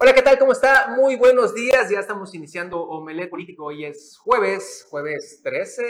Hola, ¿qué tal? ¿Cómo está? Muy buenos días. Ya estamos iniciando Omelet Político. Hoy es jueves 13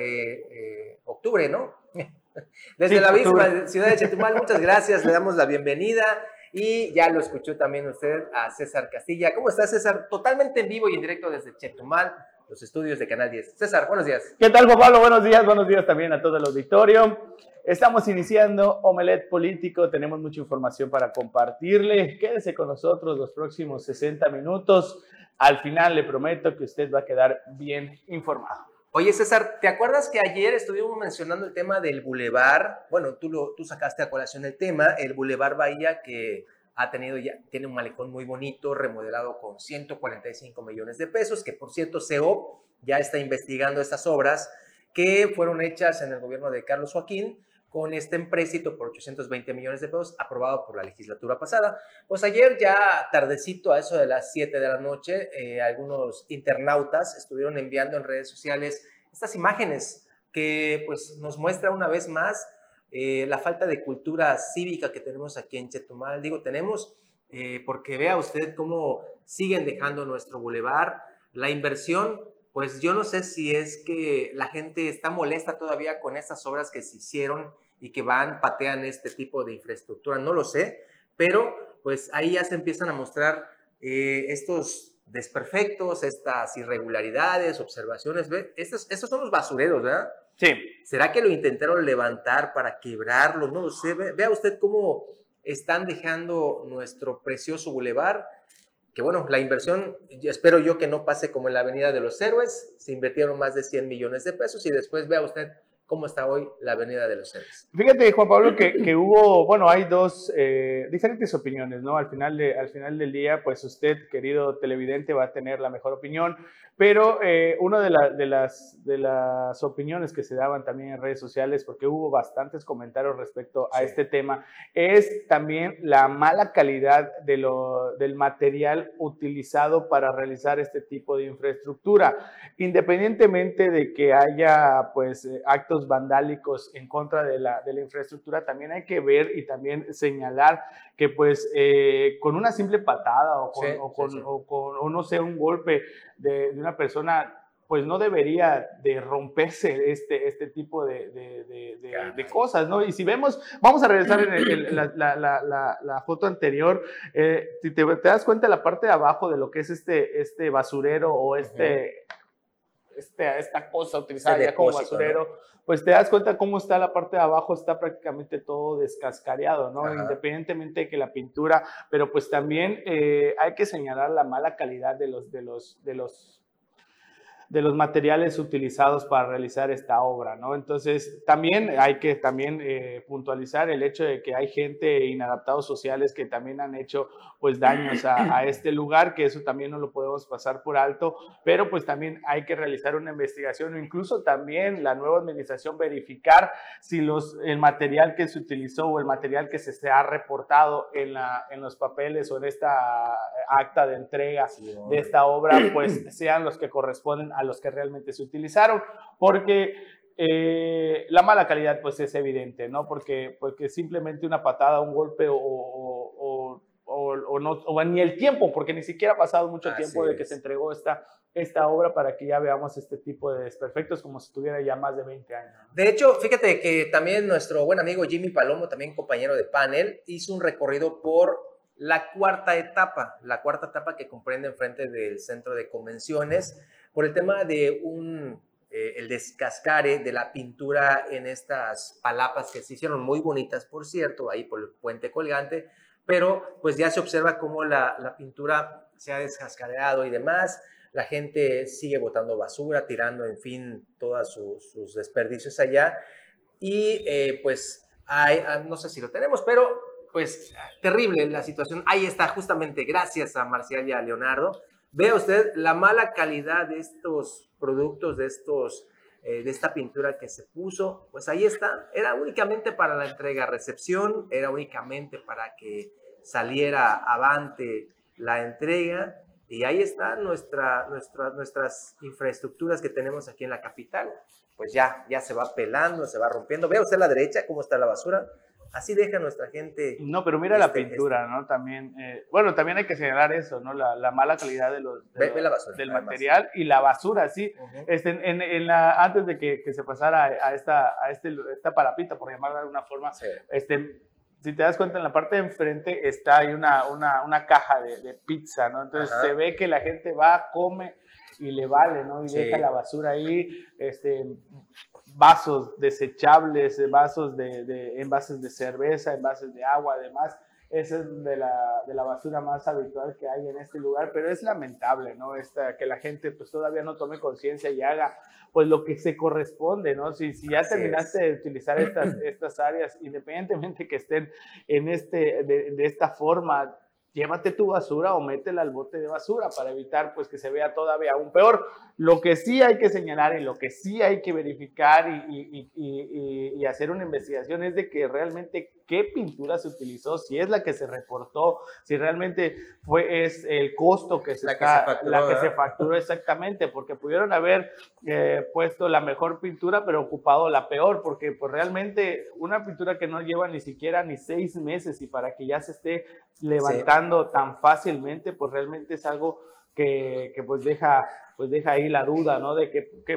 de octubre, ¿no? Desde Sí, la octubre. bellísima ciudad de Chetumal, muchas gracias. Le damos la bienvenida y ya lo escuchó también usted a César Castilla. ¿Cómo está, César? Totalmente en vivo y en directo desde Chetumal, los estudios de Canal 10. César, buenos días. ¿Qué tal, Juan Pablo? Buenos días también a todo el auditorio. Estamos iniciando Omelet Político, tenemos mucha información para compartirle. Quédese con nosotros los próximos 60 minutos. Al final le prometo que usted va a quedar bien informado. Oye, César, ¿te acuerdas que ayer estuvimos mencionando el tema del Boulevard? Bueno, tú sacaste a colación el tema, el Boulevard Bahía, que tiene un malecón muy bonito, remodelado con 145 millones de pesos, que por cierto, CEO ya está investigando estas obras que fueron hechas en el gobierno de Carlos Joaquín con este empréstito por 820 millones de pesos aprobado por la legislatura pasada. Pues ayer ya tardecito, a eso de las 7 de la noche, algunos internautas estuvieron enviando en redes sociales estas imágenes que pues nos muestra una vez más la falta de cultura cívica que tenemos aquí en Chetumal. Digo, tenemos porque vea usted cómo siguen dejando nuestro bulevar, la inversión. Pues yo no sé si es que la gente está molesta todavía con estas obras que se hicieron y que patean este tipo de infraestructura, no lo sé, pero pues ahí ya se empiezan a mostrar estos desperfectos, estas irregularidades, observaciones. Estos son los basureros, ¿verdad? Sí. ¿Será que lo intentaron levantar para quebrarlo? No lo sé. Vea usted cómo están dejando nuestro precioso bulevar. Que bueno, la inversión, espero yo que no pase como en la Avenida de los Héroes, se invirtieron más de 100 millones de pesos y después vea usted cómo está hoy la Avenida de los Héroes. Fíjate, Juan Pablo, que hubo, bueno, hay dos diferentes opiniones, ¿no? Al final del día, pues usted, querido televidente, va a tener la mejor opinión, pero una de las opiniones que se daban también en redes sociales, porque hubo bastantes comentarios respecto a este tema, es también la mala calidad del material utilizado para realizar este tipo de infraestructura, independientemente de que haya, pues, actos vandálicos en contra de la infraestructura, también hay que ver y también señalar que pues con una simple patada o no sé, un golpe de una persona, pues no debería de romperse este tipo de cosas, ¿no? Y si vemos, vamos a regresar en la foto anterior, si te das cuenta, la parte de abajo de lo que es este basurero o esta cosa utilizada ya como basurero, ¿no? Pues te das cuenta cómo está la parte de abajo, está prácticamente todo descascareado, ¿no? Ajá. Independientemente de que la pintura, pero pues también hay que señalar la mala calidad de los materiales utilizados para realizar esta obra, ¿no? Entonces, también hay que puntualizar el hecho de que hay gente, inadaptados sociales, que también han hecho, pues, daños a este lugar, que eso también no lo podemos pasar por alto, pero pues también hay que realizar una investigación, o incluso también la nueva administración verificar si el material que se utilizó o el material que se ha reportado en los papeles o en esta acta de entrega de esta obra, pues sean los que corresponden a los que realmente se utilizaron, porque la mala calidad pues es evidente, ¿no? Porque simplemente una patada, un golpe o ni el tiempo, porque ni siquiera ha pasado mucho tiempo de que se entregó esta obra para que ya veamos este tipo de desperfectos como si tuviera ya más de 20 años. De hecho, fíjate que también nuestro buen amigo Jimmy Palomo, también compañero de panel, hizo un recorrido por la cuarta etapa que comprende enfrente del centro de convenciones, por el tema de el descascare de la pintura en estas palapas que se hicieron muy bonitas, por cierto, ahí por el puente colgante, pero pues ya se observa cómo la pintura se ha descascareado y demás. La gente sigue botando basura, tirando, en fin, todos sus desperdicios allá. Y pues no sé si lo tenemos, pero pues terrible la situación. Ahí está, justamente, gracias a Marcial y a Leonardo. Vea usted la mala calidad de estos productos, de esta pintura que se puso. Pues ahí está. Era únicamente para la entrega-recepción, era únicamente para que saliera avante la entrega. Y ahí están nuestras infraestructuras que tenemos aquí en la capital. Pues ya se va pelando, se va rompiendo. Vea usted a la derecha cómo está la basura. Así deja nuestra gente. No, pero mira la pintura, ¿no? También, bueno, también hay que señalar eso, ¿no? La mala calidad Ve la basura, del además. material y la basura, sí. Antes de que se pasara a esta parapita, por llamarla de alguna forma, Sí. Si te das cuenta, en la parte de enfrente está ahí una caja de pizza, ¿no? Entonces se ve que la gente va, come y le vale, ¿no? Y deja la basura ahí, vasos desechables, envases de cerveza, envases de agua, además. Esa es de la basura más habitual que hay en este lugar, pero es lamentable, ¿no? Que la gente pues todavía no tome conciencia y haga pues lo que se corresponde, ¿no? Si ya terminaste de utilizar estas áreas, independientemente que estén de esta forma, llévate tu basura o métela al bote de basura para evitar pues que se vea todavía aún peor. Lo que sí hay que señalar y lo que sí hay que verificar y hacer una investigación es de que realmente qué pintura se utilizó, si es la que se reportó, si realmente es el costo que se facturó exactamente, porque pudieron haber puesto la mejor pintura pero ocupado la peor, porque pues realmente una pintura que no lleva ni siquiera ni 6 meses y para que ya se esté levantando tan fácilmente, pues realmente es algo que pues deja ahí la duda, ¿no? De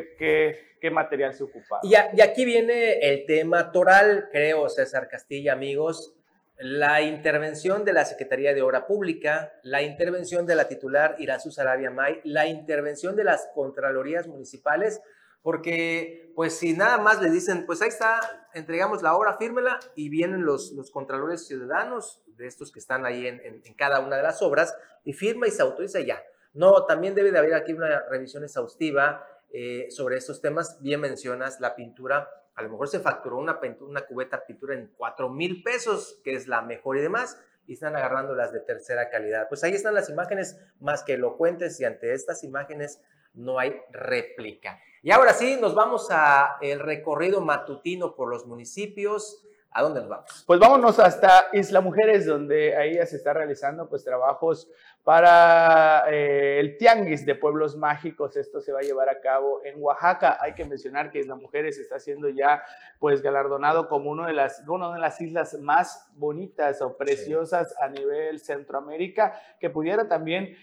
qué material se ocupa. Y aquí viene el tema toral, creo, César Castilla, amigos, la intervención de la Secretaría de Obra Pública, la intervención de la titular Irazú Sarabia May, la intervención de las Contralorías Municipales, porque pues si nada más le dicen, pues ahí está, entregamos la obra, fírmela, y vienen los contralores ciudadanos, de estos que están ahí en cada una de las obras, y firma y se autoriza ya. No, también debe de haber aquí una revisión exhaustiva sobre estos temas. Bien mencionas la pintura, a lo mejor se facturó una cubeta pintura en 4,000 pesos, que es la mejor y demás, y están agarrando las de tercera calidad. Pues ahí están las imágenes más que elocuentes, y ante estas imágenes no hay réplica. Y ahora sí, nos vamos a el recorrido matutino por los municipios. ¿A dónde nos vamos? Pues vámonos hasta Isla Mujeres, donde ahí ya se está realizando pues trabajos para el Tianguis de Pueblos Mágicos. Esto se va a llevar a cabo en Oaxaca. Hay que mencionar que Isla Mujeres está siendo ya pues galardonado como una de las islas más bonitas o preciosas a nivel Centroamérica, que pudiera también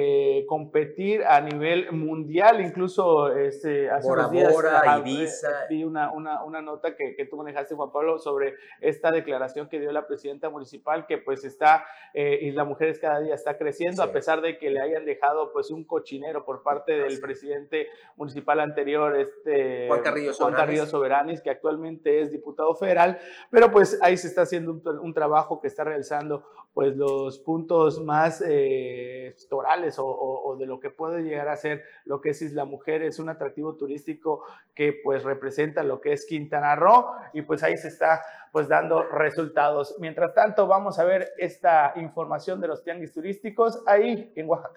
competir a nivel mundial. Incluso hace Bora unos días Ibiza. vi una nota que tú manejaste, Juan Pablo, sobre esta declaración que dio la presidenta municipal, que pues Isla Mujeres cada día está creciendo, a pesar de que le hayan dejado pues un cochinero por parte del presidente municipal anterior, Juan Carrillo Soberanis, que actualmente es diputado federal, pero pues ahí se está haciendo un trabajo que está realizando pues los puntos más torales o de lo que puede llegar a ser lo que es Isla Mujeres, un atractivo turístico que pues representa lo que es Quintana Roo, y pues ahí se está pues dando resultados. Mientras tanto, vamos a ver esta información de los tianguis turísticos ahí en Oaxaca.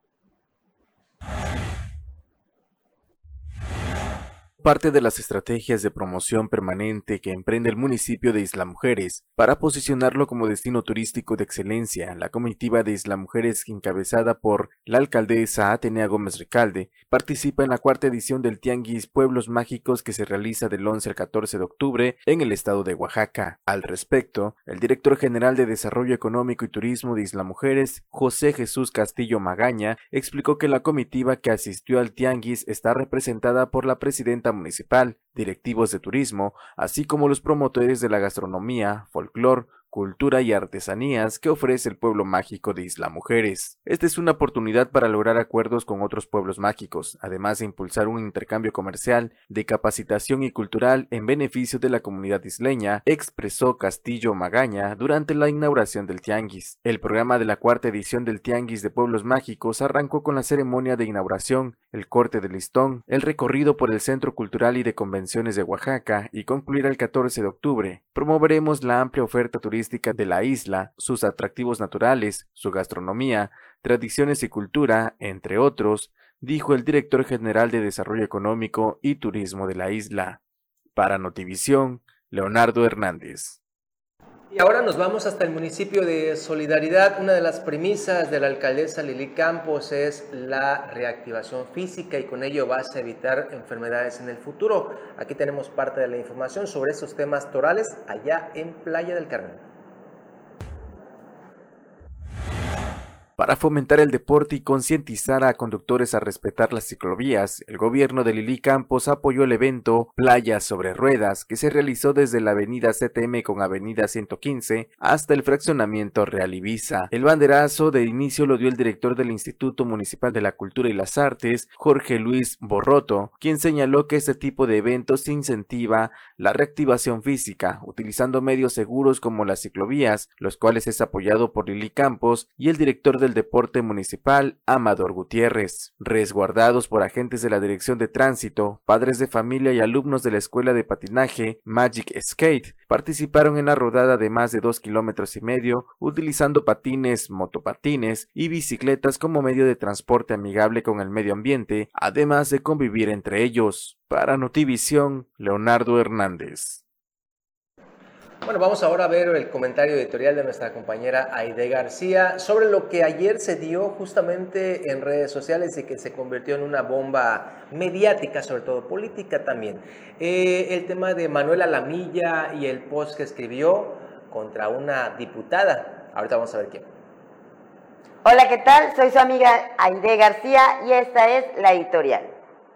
Parte de las estrategias de promoción permanente que emprende el municipio de Isla Mujeres para posicionarlo como destino turístico de excelencia, la comitiva de Isla Mujeres, encabezada por la alcaldesa Atenea Gómez Recalde, participa en la 4ª edición del Tianguis Pueblos Mágicos, que se realiza del 11 al 14 de octubre en el estado de Oaxaca. Al respecto, el director general de Desarrollo Económico y Turismo de Isla Mujeres, José Jesús Castillo Magaña, explicó que la comitiva que asistió al Tianguis está representada por la presidenta municipal, directivos de turismo, así como los promotores de la gastronomía, folclor, cultura y artesanías que ofrece el pueblo mágico de Isla Mujeres. Esta es una oportunidad para lograr acuerdos con otros pueblos mágicos, además de impulsar un intercambio comercial, de capacitación y cultural en beneficio de la comunidad isleña, expresó Castillo Magaña durante la inauguración del Tianguis. El programa de la 4ª edición del Tianguis de Pueblos Mágicos arrancó con la ceremonia de inauguración, el corte de listón, el recorrido por el Centro Cultural y de Convenciones de Oaxaca y concluirá el 14 de octubre. Promoveremos la amplia oferta turística de la isla, sus atractivos naturales, su gastronomía, tradiciones y cultura, entre otros, dijo el director general de Desarrollo Económico y Turismo de la isla. Para Notivisión, Leonardo Hernández. Y ahora nos vamos hasta el municipio de Solidaridad. Una de las premisas de la alcaldesa Lili Campos es la reactivación física y con ello vas a evitar enfermedades en el futuro. Aquí tenemos parte de la información sobre estos temas torales allá en Playa del Carmen. Para fomentar el deporte y concientizar a conductores a respetar las ciclovías, el gobierno de Lili Campos apoyó el evento Playas sobre Ruedas, que se realizó desde la avenida CTM con avenida 115 hasta el fraccionamiento Real Ibiza. El banderazo de inicio lo dio el director del Instituto Municipal de la Cultura y las Artes, Jorge Luis Borroto, quien señaló que este tipo de eventos incentiva la reactivación física, utilizando medios seguros como las ciclovías, los cuales es apoyado por Lili Campos y el director del Deporte Municipal, Amador Gutiérrez. Resguardados por agentes de la Dirección de Tránsito, padres de familia y alumnos de la Escuela de Patinaje Magic Skate participaron en la rodada de más de 2,5 kilómetros, utilizando patines, motopatines y bicicletas como medio de transporte amigable con el medio ambiente, además de convivir entre ellos. Para Notivisión, Leonardo Hernández. Bueno, vamos ahora a ver el comentario editorial de nuestra compañera Aide García sobre lo que ayer se dio justamente en redes sociales y que se convirtió en una bomba mediática, sobre todo política también. El tema de Manuela Lamilla y el post que escribió contra una diputada. Ahorita vamos a ver quién. Hola, ¿qué tal? Soy su amiga Aide García y esta es la editorial.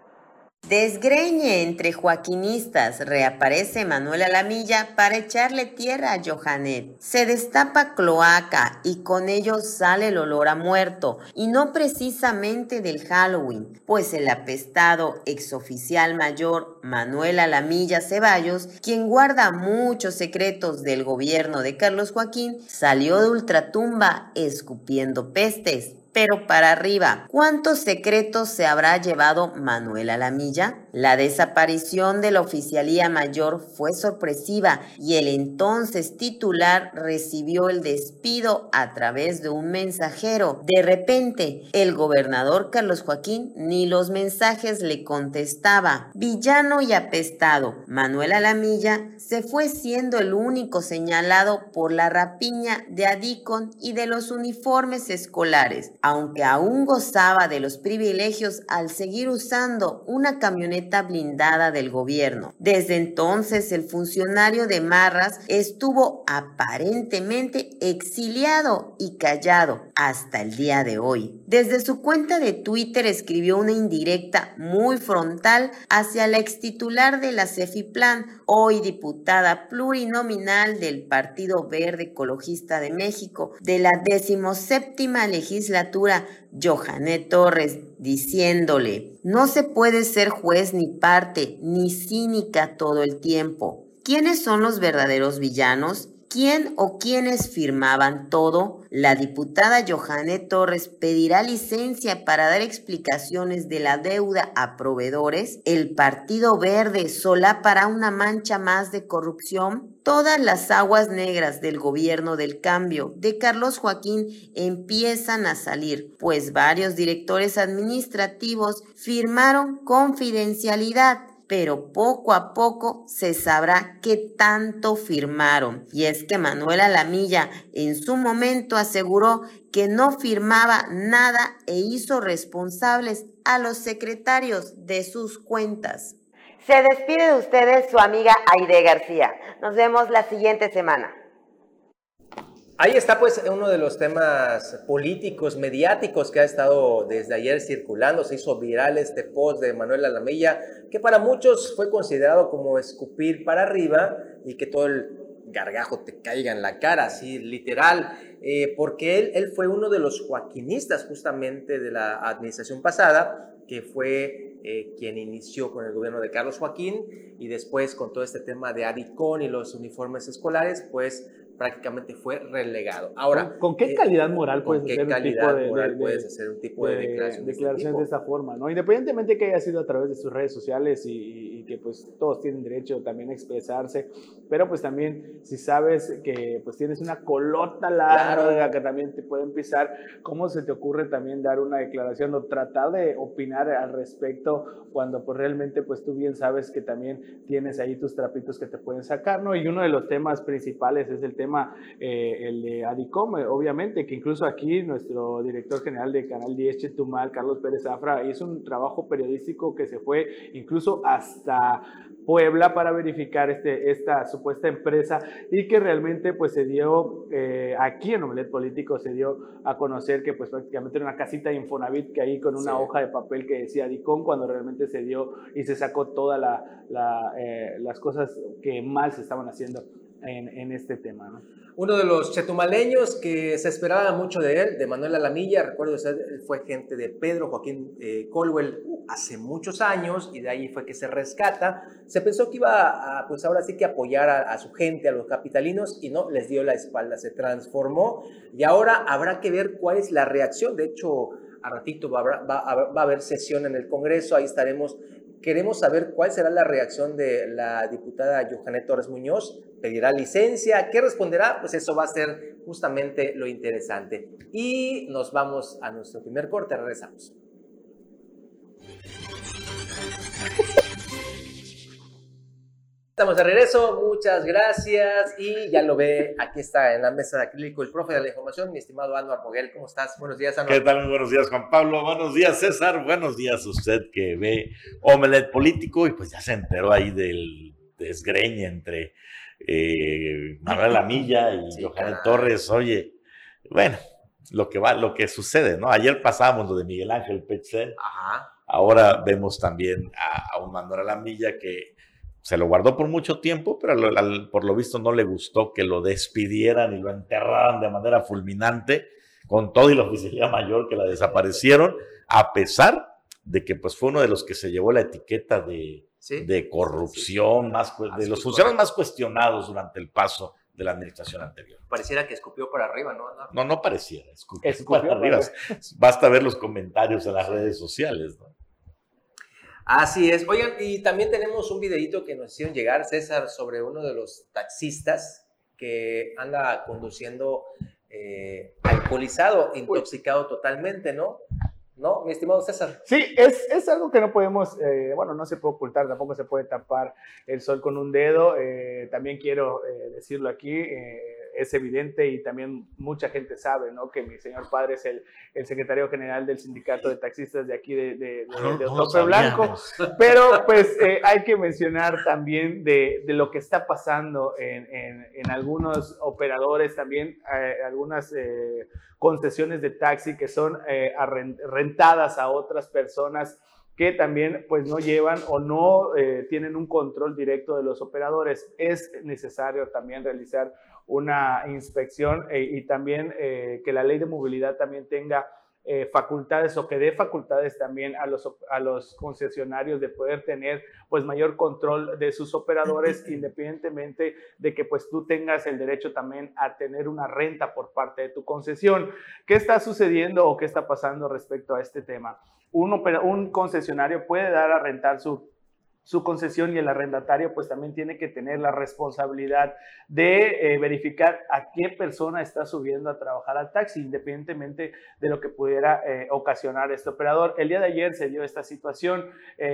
Desgreñe entre joaquinistas, reaparece Manuela Lamilla para echarle tierra a Johanet. Se destapa cloaca y con ello sale el olor a muerto, y no precisamente del Halloween, pues el apestado exoficial mayor Manuela Lamilla Ceballos, quien guarda muchos secretos del gobierno de Carlos Joaquín, salió de ultratumba escupiendo pestes. Pero para arriba, ¿cuántos secretos se habrá llevado Manuela Lamilla? La desaparición de la oficialía mayor fue sorpresiva y el entonces titular recibió el despido a través de un mensajero. De repente, el gobernador Carlos Joaquín ni los mensajes le contestaba. Villano y apestado, Manuela Lamilla se fue siendo el único señalado por la rapiña de Adicon y de los uniformes escolares, aunque aún gozaba de los privilegios al seguir usando una camioneta blindada del gobierno. Desde entonces, el funcionario de Marras estuvo aparentemente exiliado y callado hasta el día de hoy. Desde su cuenta de Twitter escribió una indirecta muy frontal hacia la extitular de la Cefiplan, hoy diputada plurinominal del Partido Verde Ecologista de México, de la 17ª legislatura, Johanet Torres, diciéndole: no se puede ser juez ni parte, ni cínica todo el tiempo. ¿Quiénes son los verdaderos villanos? ¿Quién o quiénes firmaban todo? La diputada Johanet Torres pedirá licencia para dar explicaciones de la deuda a proveedores. ¿El Partido Verde solapará una mancha más de corrupción? Todas las aguas negras del gobierno del cambio de Carlos Joaquín empiezan a salir, pues varios directores administrativos firmaron confidencialidad, pero poco a poco se sabrá qué tanto firmaron. Y es que Manuela Lamilla en su momento aseguró que no firmaba nada e hizo responsables a los secretarios de sus cuentas. Se despide de ustedes su amiga Aide García. Nos vemos la siguiente semana. Ahí está pues uno de los temas políticos, mediáticos que ha estado desde ayer circulando. Se hizo viral este post de Manuela Lamilla, que para muchos fue considerado como escupir para arriba y que todo el gargajo te caiga en la cara, así literal, porque él fue uno de los joaquinistas justamente de la administración pasada, que fue quien inició con el gobierno de Carlos Joaquín y después con todo este tema de Adicon y los uniformes escolares, pues prácticamente fue relegado. Ahora, ¿con qué calidad moral puedes hacer un tipo de declaración de esta forma, ¿no? Independientemente que haya sido a través de sus redes sociales y y que pues todos tienen derecho también a expresarse, pero pues también si sabes que pues tienes una colota larga que también te pueden pisar, ¿cómo se te ocurre también dar una declaración o tratar de opinar al respecto cuando pues realmente pues tú bien sabes que también tienes ahí tus trapitos que te pueden sacar, ¿no? Y uno de los temas principales es el tema, el de ADICOM, obviamente, que incluso aquí nuestro director general de Canal 10, Chetumal, Carlos Pérez Zafra, hizo un trabajo periodístico que se fue incluso hasta Puebla para verificar esta supuesta empresa y que realmente pues se dio aquí en Omelet Político se dio a conocer que pues prácticamente era una casita de Infonavit que ahí con una hoja de papel que decía DICOM cuando realmente se dio y se sacó todas las cosas que mal se estaban haciendo en este tema, ¿no? Uno de los chetumaleños que se esperaba mucho de él, de Manuel Alamilla, recuerdo que fue gente de Pedro Joaquín Colwell hace muchos años y de ahí fue que se rescata. Se pensó que iba a, pues ahora sí que apoyar a su gente, a los capitalinos, y no, les dio la espalda, se transformó y ahora habrá que ver cuál es la reacción. De hecho, a ratito va a haber sesión en el Congreso, ahí estaremos. Queremos saber cuál será la reacción de la diputada Yohanet Torres Muñoz. ¿Pedirá licencia? ¿Qué responderá? Pues eso va a ser justamente lo interesante. Y nos vamos a nuestro primer corte. Regresamos. Estamos de regreso, muchas gracias. Y ya lo ve, aquí está en la mesa de acrílico el profe de la información, mi estimado Anuar Moguel. ¿Cómo estás? Buenos días, Anuar. ¿Qué tal? Muy buenos días, Juan Pablo. Buenos días, César. Buenos días a usted que ve Omelet Político y pues ya se enteró ahí del desgreñe entre Manuel Alamilla y Yohanet Torres. Oye, bueno, lo que sucede, ¿no? Ayer pasábamos lo de Miguel Ángel Petzl. Ahora vemos también a un Manuel Alamilla que se lo guardó por mucho tiempo, pero por lo visto no le gustó que lo despidieran y lo enterraran de manera fulminante, con todo y la oficialía mayor que la desaparecieron, a pesar de que pues, fue uno de los que se llevó la etiqueta de corrupción, de los funcionarios más cuestionados durante el paso de la administración anterior. Pareciera que escupió para arriba, ¿no? No pareciera, escupió para arriba. Basta ver los comentarios en las redes sociales, ¿no? Así es. Oigan, y también tenemos un videito que nos hicieron llegar, César, sobre uno de los taxistas que anda conduciendo alcoholizado, intoxicado totalmente, ¿no? ¿No, mi estimado César? Sí, es algo que no podemos, bueno, no se puede ocultar, tampoco se puede tapar el sol con un dedo. También quiero decirlo aquí, es evidente y también mucha gente sabe, ¿no? Que mi señor padre es el secretario general del sindicato de taxistas de aquí de Otompe Blanco, pero pues hay que mencionar también de lo que está pasando en algunos operadores, también algunas concesiones de taxi que son rentadas a otras personas que también pues no llevan o no tienen un control directo de los operadores. Es necesario también realizar una inspección y también que la ley de movilidad también tenga facultades o que dé facultades también a los concesionarios de poder tener pues mayor control de sus operadores independientemente de que pues tú tengas el derecho también a tener una renta por parte de tu concesión. ¿Qué está sucediendo o qué está pasando respecto a este tema? Un concesionario puede dar a rentar su concesión y el arrendatario pues también tiene que tener la responsabilidad de verificar a qué persona está subiendo a trabajar al taxi, independientemente de lo que pudiera ocasionar este operador. El día de ayer se dio esta situación,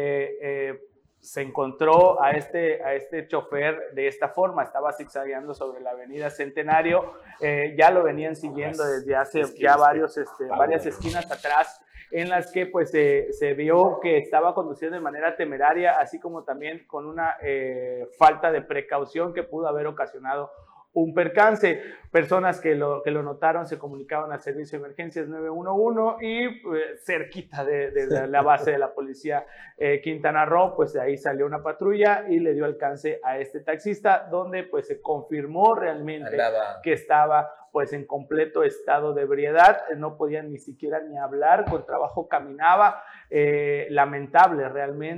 se encontró a este chofer de esta forma, estaba zigzagueando sobre la avenida Centenario, ya lo venían siguiendo desde hace ya varias esquinas atrás, en las que pues se vio que estaba conduciendo de manera temeraria, así como también con una falta de precaución que pudo haber ocasionado un percance. Personas que lo notaron se comunicaban al servicio de emergencias 911 y cerquita de la base de la policía Quintana Roo, pues de ahí salió una patrulla y le dio alcance a este taxista, donde pues se confirmó realmente que estaba pues en completo estado de ebriedad, no podía ni siquiera ni hablar, con trabajo caminaba, lamentable realmente.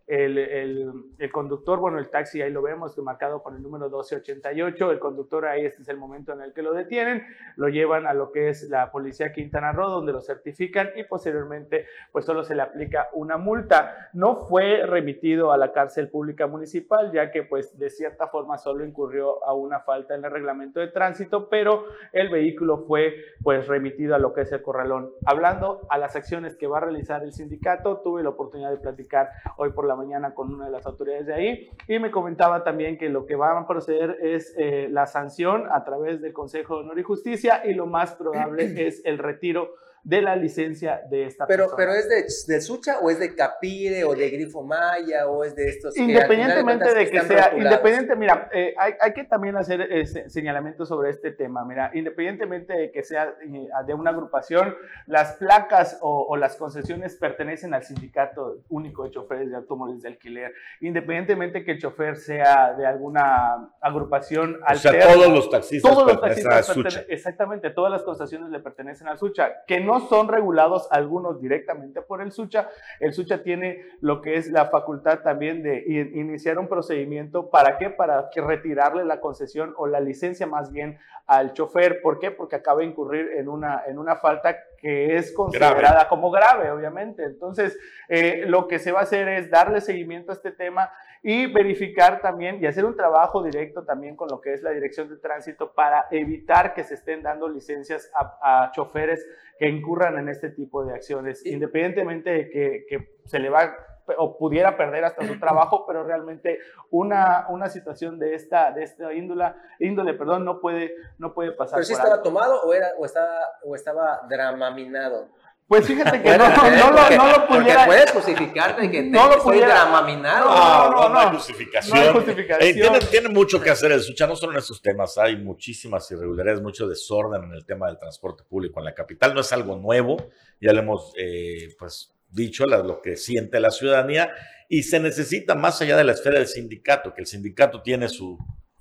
el conductor, bueno, el taxi ahí lo vemos, marcado con el número 1288, el conductor ahí, este es el momento en el que lo detienen, lo llevan a lo que es la policía Quintana Roo, donde lo certifican y posteriormente pues solo se le aplica una multa. No fue remitido a la cárcel pública municipal, ya que pues de cierta forma solo incurrió a una falta en el reglamento de tránsito, pero el vehículo fue pues remitido a lo que es el corralón. Hablando a las acciones que va a realizar el sindicato, tuve la oportunidad de platicar hoy por la mañana con una de las autoridades de ahí y me comentaba también que lo que van a proceder es la sanción a través del Consejo de Honor y Justicia y lo más probable es el retiro de la licencia de esta persona. ¿Pero es de Sucha o es de Capire o de Grifo Maya o es de estos? Independientemente de que sea, mira, hay que también hacer señalamientos sobre este tema. Mira, independientemente de que sea de una agrupación, las placas o las concesiones pertenecen al Sindicato Único de Choferes de Automóviles de Alquiler. Independientemente que el chofer sea de alguna agrupación alterna. O sea, todos los taxistas pertenecen a Sucha. Exactamente, todas las concesiones le pertenecen al Sucha, que no son regulados algunos directamente por el Sucha. El Sucha tiene lo que es la facultad también de iniciar un procedimiento. ¿Para qué? Para que retirarle la concesión o la licencia más bien al chofer. ¿Por qué? Porque acaba de incurrir en una falta que es considerada como grave, obviamente. Entonces, lo que se va a hacer es darle seguimiento a este tema y verificar también y hacer un trabajo directo también con lo que es la Dirección de Tránsito para evitar que se estén dando licencias a choferes que incurran en este tipo de acciones, independientemente de que se le va o pudiera perder hasta su trabajo, pero realmente una situación de esta índole, no puede pasar. ¿Pero sí estaba tomado o estaba dramaminado? Pues fíjate que no lo pudiera. Porque puedes justificarte que no lo estoy dramaminado. No hay justificación. No hay justificación. Tiene mucho que hacer el Sucha, no solo en estos temas. Hay muchísimas irregularidades, mucho desorden en el tema del transporte público en la capital. No es algo nuevo, ya lo hemos dicho, lo que siente la ciudadanía, y se necesita más allá de la esfera del sindicato, que el sindicato tiene su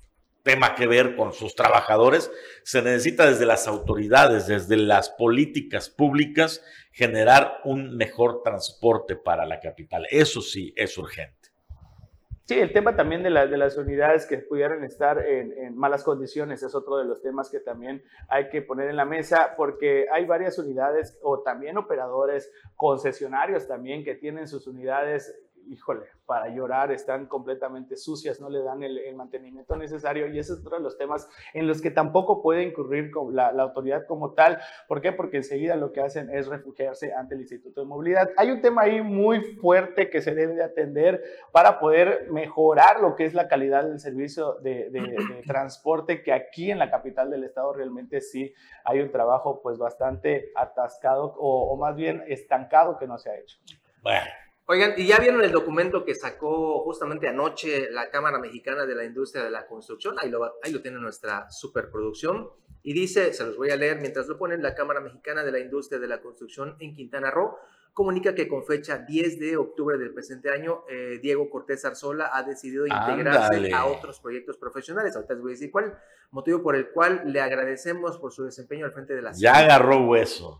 tema que ver con sus trabajadores, se necesita desde las autoridades, desde las políticas públicas, generar un mejor transporte para la capital. Eso sí es urgente. Sí, el tema también de las unidades que pudieran estar en malas condiciones es otro de los temas que también hay que poner en la mesa, porque hay varias unidades o también operadores, concesionarios también que tienen sus unidades, híjole, para llorar, están completamente sucias, no le dan el mantenimiento necesario, y ese es otro de los temas en los que tampoco puede incurrir con la autoridad como tal. ¿Por qué? Porque enseguida lo que hacen es refugiarse ante el Instituto de Movilidad. Hay un tema ahí muy fuerte que se debe de atender para poder mejorar lo que es la calidad del servicio de transporte, que aquí en la capital del estado realmente sí hay un trabajo pues bastante atascado o más bien estancado que no se ha hecho. Bueno. Oigan, ¿y ya vieron el documento que sacó justamente anoche la Cámara Mexicana de la Industria de la Construcción? Ahí lo tiene nuestra superproducción. Y dice, se los voy a leer mientras lo ponen: la Cámara Mexicana de la Industria de la Construcción en Quintana Roo comunica que con fecha 10 de octubre del presente año, Diego Cortés Arzola ha decidido integrarse a otros proyectos profesionales. Ahorita les voy a decir cuál, motivo por el cual le agradecemos por su desempeño al frente de la ciudad. Ya agarró hueso.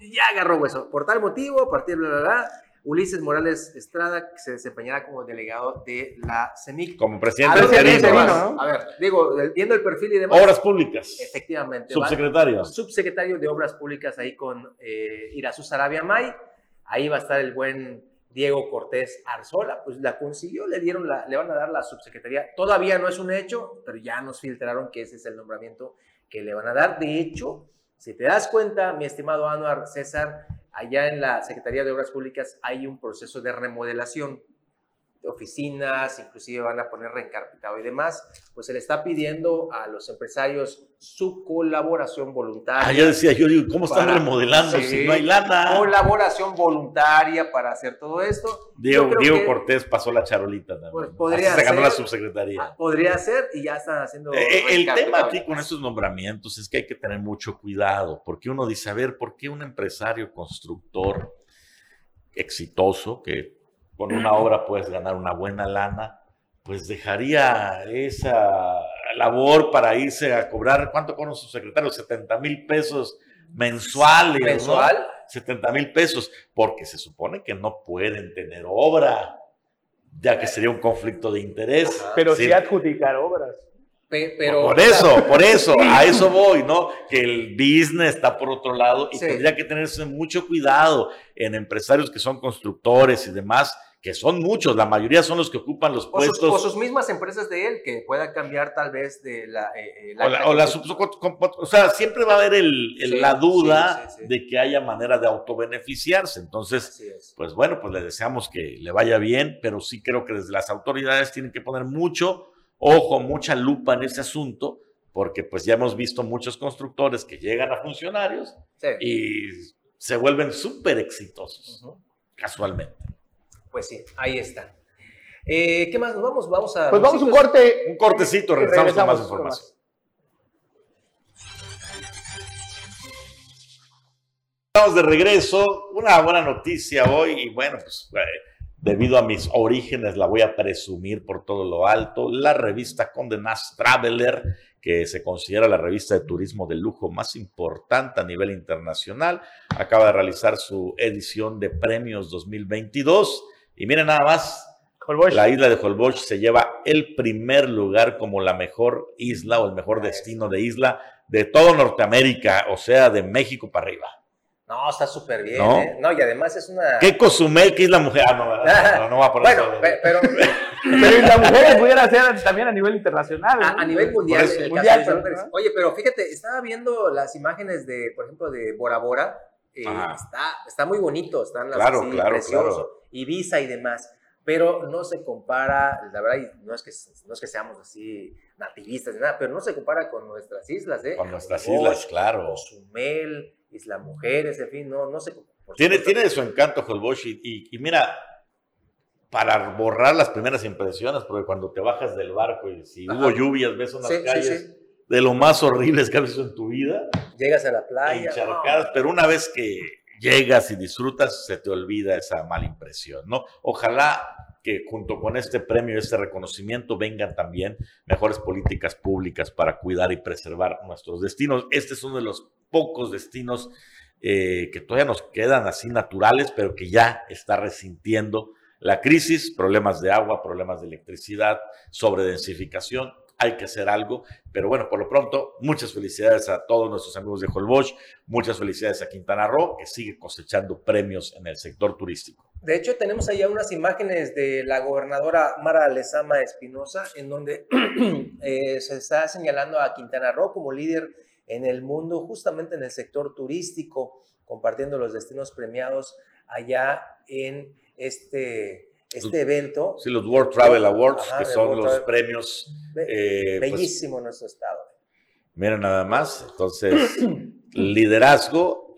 Por tal motivo, a partir de Ulises Morales Estrada se desempeñará como delegado de la CEMIC. Como presidente del CEMIC, ¿no? A ver, digo, viendo el perfil y demás. Obras Públicas. Efectivamente. Subsecretario. Subsecretario de Obras Públicas ahí con Irazú Sarabia May. Ahí va a estar el buen Diego Cortés Arzola. Pues la consiguió, le van a dar la subsecretaría. Todavía no es un hecho, pero ya nos filtraron que ese es el nombramiento que le van a dar. De hecho, si te das cuenta, mi estimado Anuar, César, allá en la Secretaría de Obras Públicas hay un proceso de remodelación de oficinas, inclusive van a poner reencarpetado y demás. Pues se le está pidiendo a los empresarios su colaboración voluntaria. Yo decía, ¿cómo están remodelando si no hay lana? Colaboración voluntaria para hacer todo esto. Diego Cortés pasó la charolita también. Pues podría se ganó ser, la subsecretaría. Podría ser, y ya están haciendo... El tema aquí con estos nombramientos es que hay que tener mucho cuidado, porque uno dice, a ver, ¿por qué un empresario constructor exitoso, que con una obra puedes ganar una buena lana, pues dejaría esa labor para irse a cobrar? ¿Cuánto cobra un subsecretario? 70,000 pesos mensuales. ¿Mensual? ¿No? 70,000 pesos, porque se supone que no pueden tener obra. ya que sería un conflicto de interés. Pero Sí. sí adjudicar obras. Pero, Por eso, a eso voy, ¿no? Que el business está por otro lado y Sí. tendría que tenerse mucho cuidado en empresarios que son constructores y demás, que son muchos, la mayoría son los que ocupan los puestos. o sus mismas empresas de él, que pueda cambiar tal vez de O sea, siempre va a haber Sí, la duda sí. de que haya manera de autobeneficiarse. Entonces, Así es. pues bueno, pues le deseamos que le vaya bien, pero sí creo que desde las autoridades tienen que poner mucho ojo, mucha lupa en ese asunto, porque pues ya hemos visto muchos constructores que llegan a funcionarios Sí. y se vuelven súper exitosos, Ujú. casualmente. Pues sí, ahí está. ¿Qué más nos vamos? Vamos a. Pues vamos a un municipios. corte. Un cortecito, regresamos con más Regresamos con información. Estamos de regreso, una buena noticia hoy y bueno, pues debido a mis orígenes la voy a presumir por todo lo alto. La revista Condé Nast Traveler, que se considera la revista de turismo de lujo más importante a nivel internacional, acaba de realizar su edición de premios 2022 y miren nada más, Holbox. la isla de Holbox se lleva el primer lugar como la mejor isla o el mejor destino de isla de todo Norteamérica, o sea, de México para arriba. No, está súper bien, ¿No? ¿eh? No, y además es una. ¿Qué Cozumel, qué Isla Mujer? No va a poner Bueno, eso. pero Pero y la mujer pudiera ser también a nivel internacional. ¿no? a nivel mundial, Por eso, en el mundial, caso de pero, Isla ¿no? Oye, pero fíjate, estaba viendo las imágenes de, por ejemplo, de Bora Bora. Está muy bonito, están las Claro, así, claro, precioso, claro. Ibiza y demás. Pero no se compara, la verdad, y no es que seamos así nativistas ni nada, pero no se compara con nuestras islas, ¿eh? Con nuestras Holbox, islas, claro. Cozumel, Isla Mujeres, en fin, no se por Tiene supuesto. de su encanto Holbox y mira, para borrar las primeras impresiones, porque cuando te bajas del barco y si Ajá. hubo lluvias, ves unas Sí, sí, calles sí. de lo más horribles que has visto en tu vida, Llegas a la playa. encharcadas, pero una vez que llegas y disfrutas, se te olvida esa mala impresión, ¿no? Ojalá que junto con este premio, este reconocimiento, vengan también mejores políticas públicas para cuidar y preservar nuestros destinos. Este es uno de los pocos destinos que todavía nos quedan así naturales, pero que ya está resintiendo la crisis, problemas de agua, problemas de electricidad, sobredensificación. Hay que hacer algo, pero bueno, por lo pronto, muchas felicidades a todos nuestros amigos de Holbox, muchas felicidades a Quintana Roo, que sigue cosechando premios en el sector turístico. De hecho, tenemos allá unas imágenes de la gobernadora Mara Lezama Espinosa, en donde se está señalando a Quintana Roo como líder en el mundo, justamente en el sector turístico, compartiendo los destinos premiados allá en este evento. Sí, los World Travel Awards, Ajá, que el son World los Travel. premios. Bellísimo nuestro estado. Miren nada más, entonces, liderazgo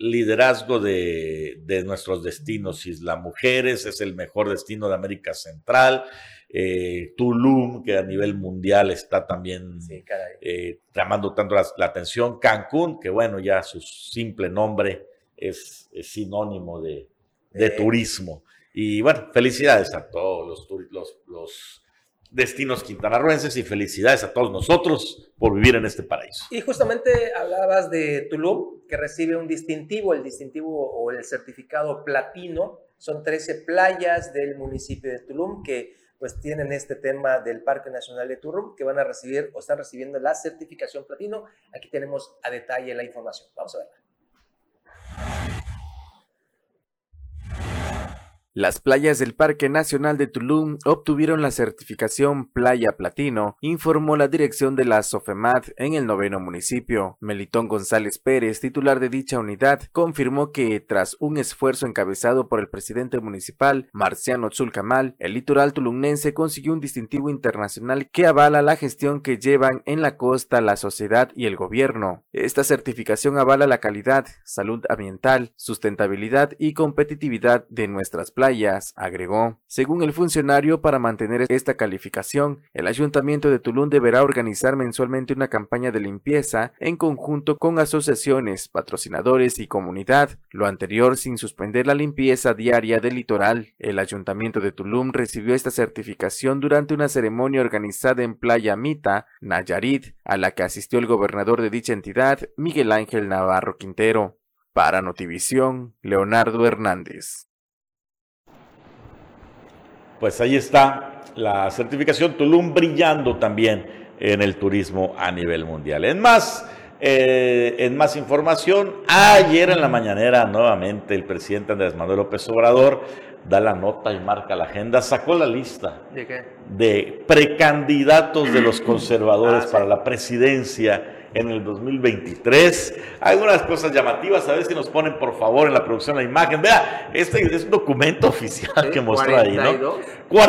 de nuestros destinos. Isla Mujeres es el mejor destino de América Central. Tulum, que a nivel mundial está también Sí, caray. llamando tanto la atención. Cancún, que bueno, ya su simple nombre es sinónimo de turismo. Y bueno, felicidades a todos los destinos quintanarroenses y felicidades a todos nosotros por vivir en este paraíso. Y justamente hablabas de Tulum, que recibe un distintivo, el distintivo o el certificado platino. Son 13 playas del municipio de Tulum que pues tienen este tema del Parque Nacional de Tulum, que van a recibir o están recibiendo la certificación platino. Aquí tenemos a detalle la información. Vamos a verla. Las playas del Parque Nacional de Tulum obtuvieron la certificación Playa Platino, informó la dirección de la SOFEMAT en el 9º municipio. Melitón González Pérez, titular de dicha unidad, confirmó que tras un esfuerzo encabezado por el presidente municipal, Marciano Tzulcamal, el litoral tulumnense consiguió un distintivo internacional que avala la gestión que llevan en la costa la sociedad y el gobierno. Esta certificación avala la calidad, salud ambiental, sustentabilidad y competitividad de nuestras playas, agregó. Según el funcionario, para mantener esta calificación, el Ayuntamiento de Tulum deberá organizar mensualmente una campaña de limpieza en conjunto con asociaciones, patrocinadores y comunidad, lo anterior sin suspender la limpieza diaria del litoral. El Ayuntamiento de Tulum recibió esta certificación durante una ceremonia organizada en Playa Mita, Nayarit, a la que asistió el gobernador de dicha entidad, Miguel Ángel Navarro Quintero. Para Notivisión, Leonardo Hernández. Pues ahí está la certificación Tulum brillando también en el turismo a nivel mundial. En más información, ayer en la mañanera nuevamente el presidente Andrés Manuel López Obrador da la nota y marca la agenda, sacó la lista ¿De qué? de precandidatos de los conservadores para la presidencia en el 2023. Algunas cosas llamativas, a ver si nos ponen por favor en la producción la imagen. Vea, este es un documento oficial que mostró ahí, ¿no?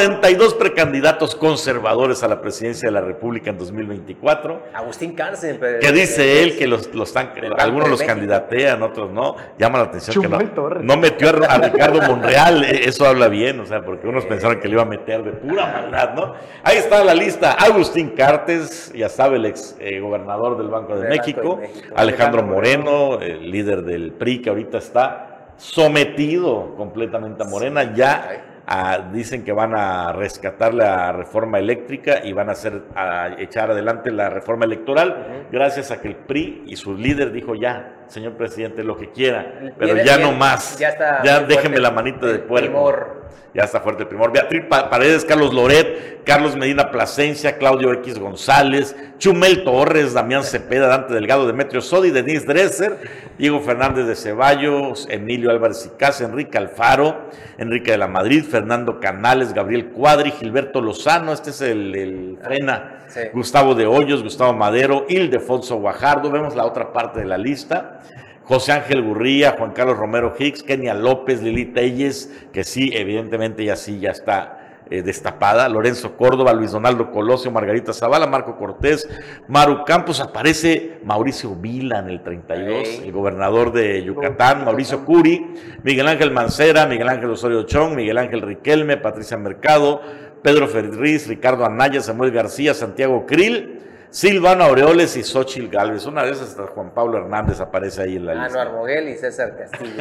42 precandidatos conservadores a la presidencia de la República en 2024. Agustín Cárcel. Que dice él que algunos los candidatean, otros no. Llama la atención que no metió a Ricardo Monreal. Eso habla bien, o sea, porque unos pensaron que le iba a meter de pura maldad, ¿no? Ahí está la lista. Agustín Cartes, ya sabe, el ex gobernador del Banco de México. Alejandro Moreno, el líder del PRI, que ahorita está sometido completamente a Morena. Ya dicen que van a rescatar la reforma eléctrica y van a echar adelante la reforma electoral, gracias a que el PRI y su líder dijo: ya, señor presidente, lo que quiera, pero ya no más, ya déjeme la manita de puerco. Ya está fuerte el primor. Beatriz Paredes, Carlos Loret, Carlos Medina Plasencia, Claudio X González, Chumel Torres, Damián Cepeda, Dante Delgado, Demetrio Sodi, Denise Dresser, Diego Fernández de Ceballos, Emilio Álvarez y Casa, Enrique Alfaro, Enrique de la Madrid, Fernando Canales, Gabriel Cuadri, Gilberto Lozano, este es el Frena, sí. Gustavo de Hoyos, Gustavo Madero, Ildefonso Guajardo. Vemos la otra parte de la lista: José Ángel Gurría, Juan Carlos Romero Hicks, Kenia López, Lili Telles, que sí, evidentemente ya está destapada, Lorenzo Córdoba, Luis Donaldo Colosio, Margarita Zavala, Marco Cortés, Maru Campos. Aparece Mauricio Vila en el 32, el gobernador de Yucatán, Mauricio Curi, Miguel Ángel Mancera, Miguel Ángel Osorio Chong, Miguel Ángel Riquelme, Patricia Mercado, Pedro Ferriz, Ricardo Anaya, Samuel García, Santiago Krill, Silvano Aureoles y Xóchitl Gálvez. Una de esas, hasta Juan Pablo Hernández aparece ahí en la lista. Anuar Moguel y César Castillo.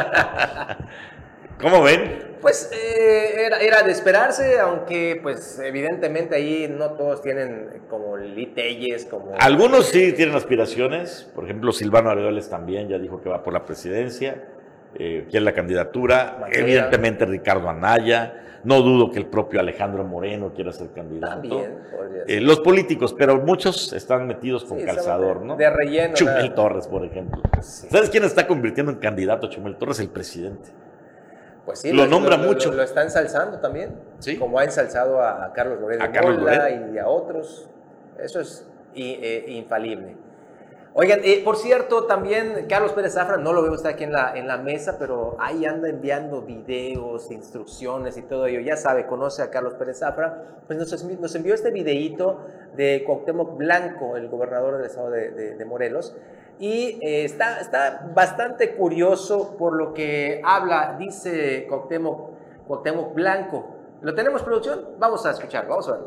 ¿Cómo ven? Pues era de esperarse, aunque pues evidentemente ahí no todos tienen como Lili Telles, como... Algunos sí tienen aspiraciones, por ejemplo Silvano Aureoles también ya dijo que va por la presidencia, quiere la candidatura. Mancera. Evidentemente Ricardo Anaya. No dudo que el propio Alejandro Moreno quiera ser candidato. También, los políticos, pero muchos están metidos con calzador, ¿no? De relleno. Chumel Torres, por ejemplo. Sí. ¿Sabes quién está convirtiendo en candidato a Chumel Torres? El presidente. Pues sí, lo nombra mucho. Lo está ensalzando también. ¿Sí? Como ha ensalzado a Carlos Loret y a otros. Eso es infalible. Oigan, por cierto, también Carlos Pérez Zafra, no lo veo usted aquí en la mesa, pero ahí anda enviando videos, instrucciones y todo ello. Ya sabe, conoce a Carlos Pérez Zafra. Pues nos envió este videíto de Cuauhtémoc Blanco, el gobernador del estado de Morelos. Y está bastante curioso por lo que habla, dice Cuauhtémoc Blanco. ¿Lo tenemos, producción? Vamos a escuchar, vamos a verlo.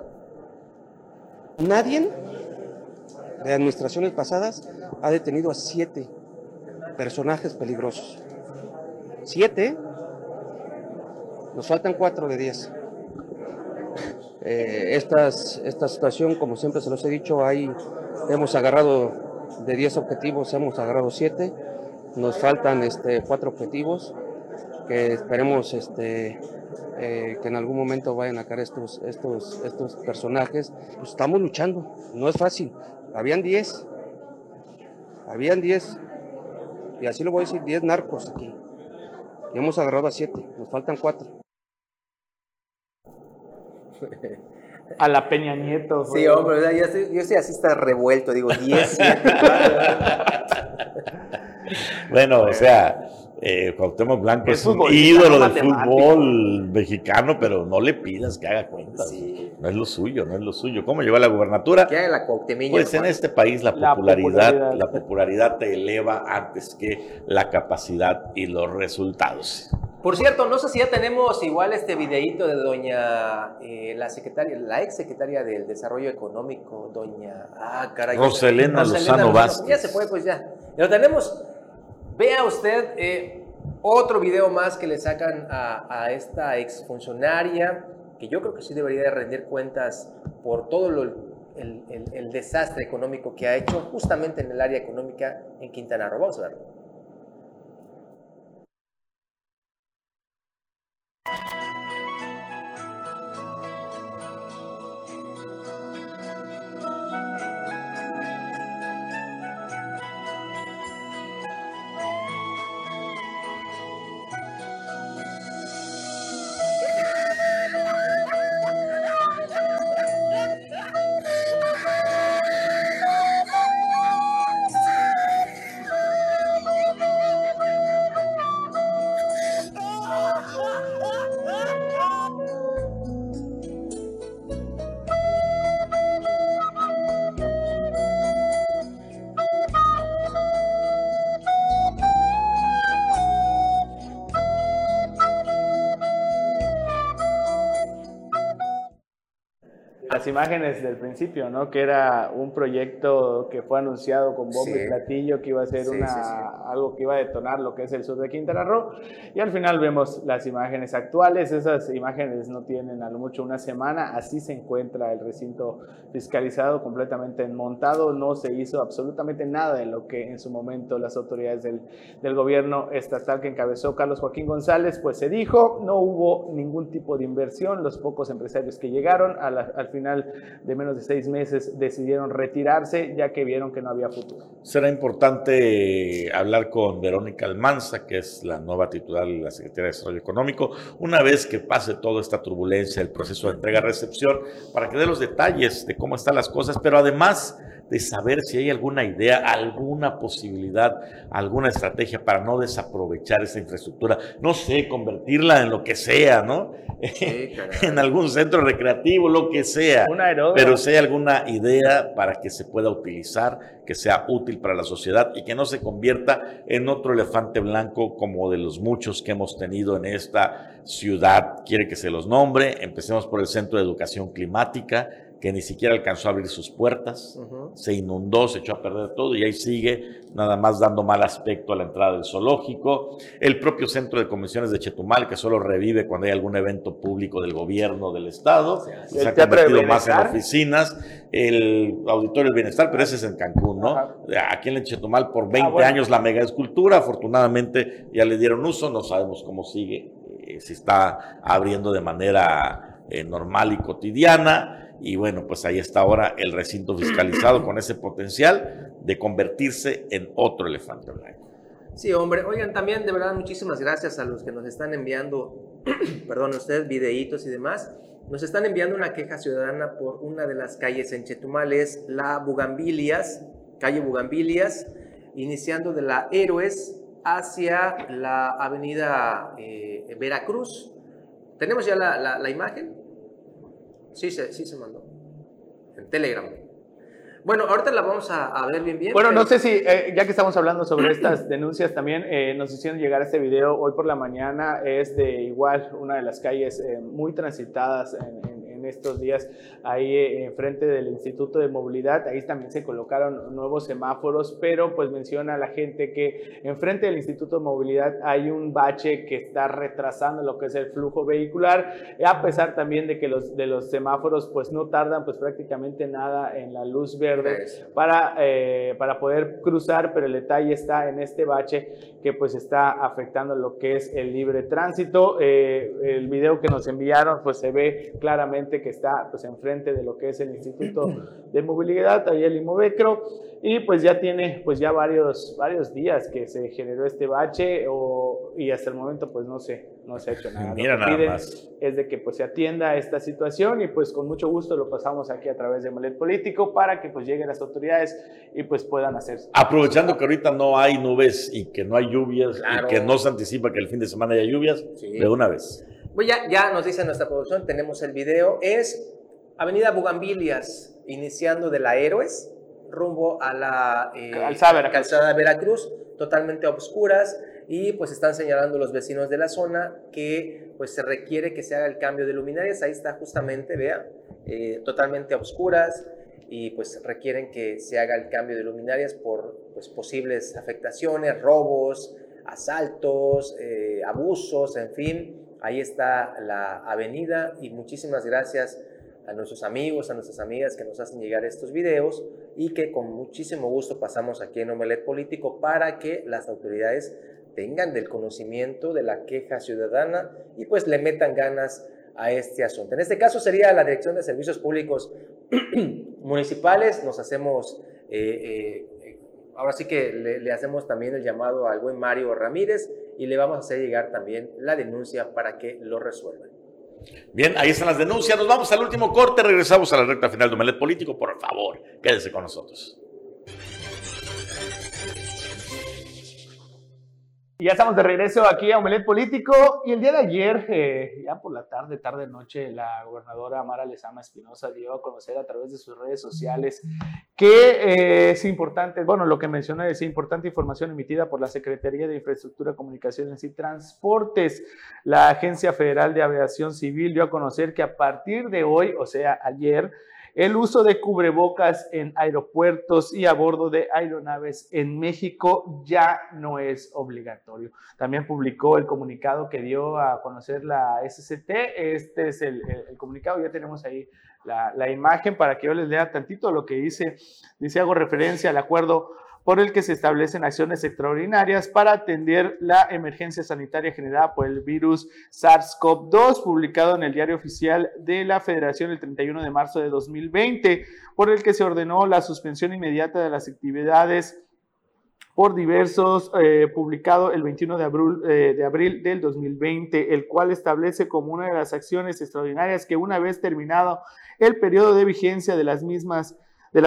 Nadie de administraciones pasadas ha detenido a 7 personajes peligrosos. 7, nos faltan 4 de 10. Esta situación, como siempre se los he dicho, hemos agarrado de 10 objetivos, hemos agarrado 7, nos faltan 4 objetivos que esperemos que en algún momento vayan a caer estos personajes. Pues estamos luchando, no es fácil. Habían 10, y así lo voy a decir, 10 narcos aquí. Y hemos agarrado a 7, nos faltan 4. A la Peña Nieto. Sí, hombre, yo estoy así, está revuelto, digo, 10, 7. Bueno, o sea, Cuauhtémoc Blanco es un ídolo del fútbol mexicano, pero no le pidas que haga cuentas. Sí. No es lo suyo. ¿Cómo llegó a la gubernatura? ¿Qué hay la Cuauhtemilla? Pues en este país la popularidad te eleva antes que la capacidad y los resultados. Por cierto, no sé si ya tenemos igual este videíto de doña, la ex secretaria del Desarrollo Económico, doña, Roselena Lozano Vázquez. Ya se fue, pues ya. Lo tenemos. Vea usted otro video más que le sacan a esta exfuncionaria, que yo creo que sí debería de rendir cuentas por todo el desastre económico que ha hecho justamente en el área económica en Quintana Roo. Vamos a verlo. las imágenes del principio, ¿no? Que era un proyecto que fue anunciado con bombo y platillo, que iba a ser algo que iba a detonar lo que es el sur de Quintana Roo, y al final vemos las imágenes actuales. Esas imágenes no tienen a lo mucho una semana, así se encuentra el recinto fiscalizado, completamente montado. No se hizo absolutamente nada de lo que en su momento las autoridades del gobierno estatal que encabezó Carlos Joaquín González, pues se dijo. No hubo ningún tipo de inversión. Los pocos empresarios que llegaron al final de menos de 6 meses decidieron retirarse, ya que vieron que no había futuro. Será importante hablar con Verónica Almanza, que es la nueva titular de la Secretaría de Desarrollo Económico, una vez que pase toda esta turbulencia, el proceso de entrega-recepción, para que dé los detalles de cómo están las cosas, pero además de saber si hay alguna idea, alguna posibilidad, alguna estrategia para no desaprovechar esa infraestructura, no sé, convertirla en lo que sea, ¿no? Sí, en algún centro recreativo, lo que sea, pero si hay alguna idea para que se pueda utilizar, que sea útil para la sociedad y que no se convierta en otro elefante blanco como de los muchos que hemos tenido en esta ciudad. Quiere que se los nombre. Empecemos por el Centro de Educación Climática, que ni siquiera alcanzó a abrir sus puertas, se inundó, se echó a perder todo y ahí sigue, nada más dando mal aspecto a la entrada del zoológico. El propio Centro de Convenciones de Chetumal, que solo revive cuando hay algún evento público del gobierno del estado, se ha convertido más en oficinas. El Auditorio del Bienestar, pero ese es en Cancún, ¿no? Aquí en Chetumal por 20 años la mega escultura, afortunadamente ya le dieron uso, no sabemos cómo sigue, si está abriendo de manera normal y cotidiana. Y bueno, pues ahí está ahora el recinto fiscalizado con ese potencial de convertirse en otro elefante blanco. Sí, hombre. Oigan, también de verdad muchísimas gracias a los que nos están enviando, perdón, ustedes, videitos y demás. Nos están enviando una queja ciudadana por una de las calles en Chetumal, es la Bugambilias, calle Bugambilias, iniciando de la Héroes hacia la avenida Veracruz. ¿Tenemos ya la imagen? Sí se mandó en Telegram. Bueno, ahorita la vamos a ver bien. Bueno, no sé si, ya que estamos hablando sobre estas denuncias también, nos hicieron llegar este video hoy por la mañana. Es de igual una de las calles muy transitadas en estos días, ahí enfrente del Instituto de Movilidad. Ahí también se colocaron nuevos semáforos, pero pues menciona a la gente que enfrente del Instituto de Movilidad hay un bache que está retrasando lo que es el flujo vehicular, a pesar también de que los semáforos pues no tardan pues prácticamente nada en la luz verde para poder cruzar, pero el detalle está en este bache que pues está afectando lo que es el libre tránsito. El video que nos enviaron pues se ve claramente que está pues enfrente de lo que es el Instituto de Movilidad, ahí el Imovecro, y pues ya tiene pues ya varios días que se generó este bache y hasta el momento pues no se ha hecho nada. Mira, lo que nada más es de que pues se atienda esta situación y pues con mucho gusto lo pasamos aquí a través de Omelet Político para que pues lleguen las autoridades y pues puedan hacer. Aprovechando que ahorita no hay nubes y que no hay lluvias, claro, y que no se anticipa que el fin de semana haya lluvias, de una vez. Pues ya nos dice nuestra producción, tenemos el video, es Avenida Bugambilias, iniciando de la Héroes, rumbo a la calzada de Veracruz, totalmente a oscuras, y pues están señalando los vecinos de la zona que pues se requiere que se haga el cambio de luminarias. Ahí está justamente, vea, totalmente a oscuras, y pues requieren que se haga el cambio de luminarias por pues posibles afectaciones, robos, asaltos, abusos, en fin. Ahí está la avenida, y muchísimas gracias a nuestros amigos, a nuestras amigas que nos hacen llegar estos videos y que con muchísimo gusto pasamos aquí en Omelet Político para que las autoridades tengan del conocimiento de la queja ciudadana y pues le metan ganas a este asunto. En este caso sería la Dirección de Servicios Públicos Municipales. Nos hacemos, ahora sí que le hacemos también el llamado al buen Mario Ramírez y le vamos a hacer llegar también la denuncia para que lo resuelvan. Bien, ahí están las denuncias. Nos vamos al último corte, regresamos a la recta final de Omelet Político. Por favor, quédese con nosotros. Ya estamos de regreso aquí a Omelet Político y el día de ayer, ya por la tarde noche, la gobernadora Mara Lezama Espinosa dio a conocer a través de sus redes sociales que es importante, bueno, lo que menciona es importante información emitida por la Secretaría de Infraestructura, Comunicaciones y Transportes. La Agencia Federal de Aviación Civil dio a conocer que a partir de hoy, o sea, ayer, el uso de cubrebocas en aeropuertos y a bordo de aeronaves en México ya no es obligatorio. También publicó el comunicado que dio a conocer la SCT. Este es el comunicado, ya tenemos ahí la imagen para que yo les lea tantito lo que dice. Dice, hago referencia al acuerdo por el que se establecen acciones extraordinarias para atender la emergencia sanitaria generada por el virus SARS-CoV-2, publicado en el Diario Oficial de la Federación el 31 de marzo de 2020, por el que se ordenó la suspensión inmediata de las actividades por diversos, publicado el 21 de abril del 2020, el cual establece como una de las acciones extraordinarias que una vez terminado el periodo de vigencia de las medidas,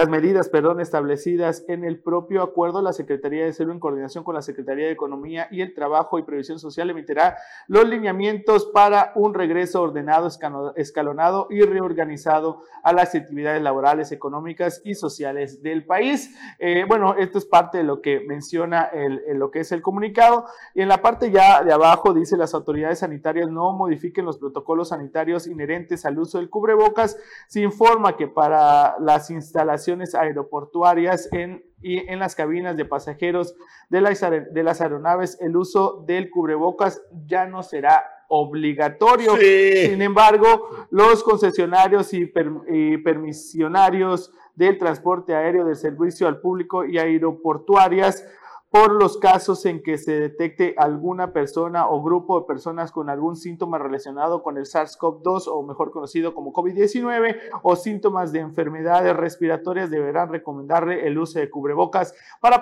establecidas en el propio acuerdo, la Secretaría de Salud, en coordinación con la Secretaría de Economía y el Trabajo y Previsión Social, emitirá los lineamientos para un regreso ordenado, escalonado y reorganizado a las actividades laborales, económicas y sociales del país. Bueno, esto es parte de lo que menciona lo que es el comunicado. Y en la parte ya de abajo dice, las autoridades sanitarias no modifiquen los protocolos sanitarios inherentes al uso del cubrebocas. Se informa que para las instalaciones aeroportuarias y en las cabinas de pasajeros de las aeronaves, el uso del cubrebocas ya no será obligatorio. Sí. Sin embargo, los concesionarios y permisionarios del transporte aéreo, del servicio al público y aeroportuarias, por los casos en que se detecte alguna persona o grupo de personas con algún síntoma relacionado con el SARS-CoV-2, o mejor conocido como COVID-19, o síntomas de enfermedades respiratorias, deberán recomendarle el uso de cubrebocas para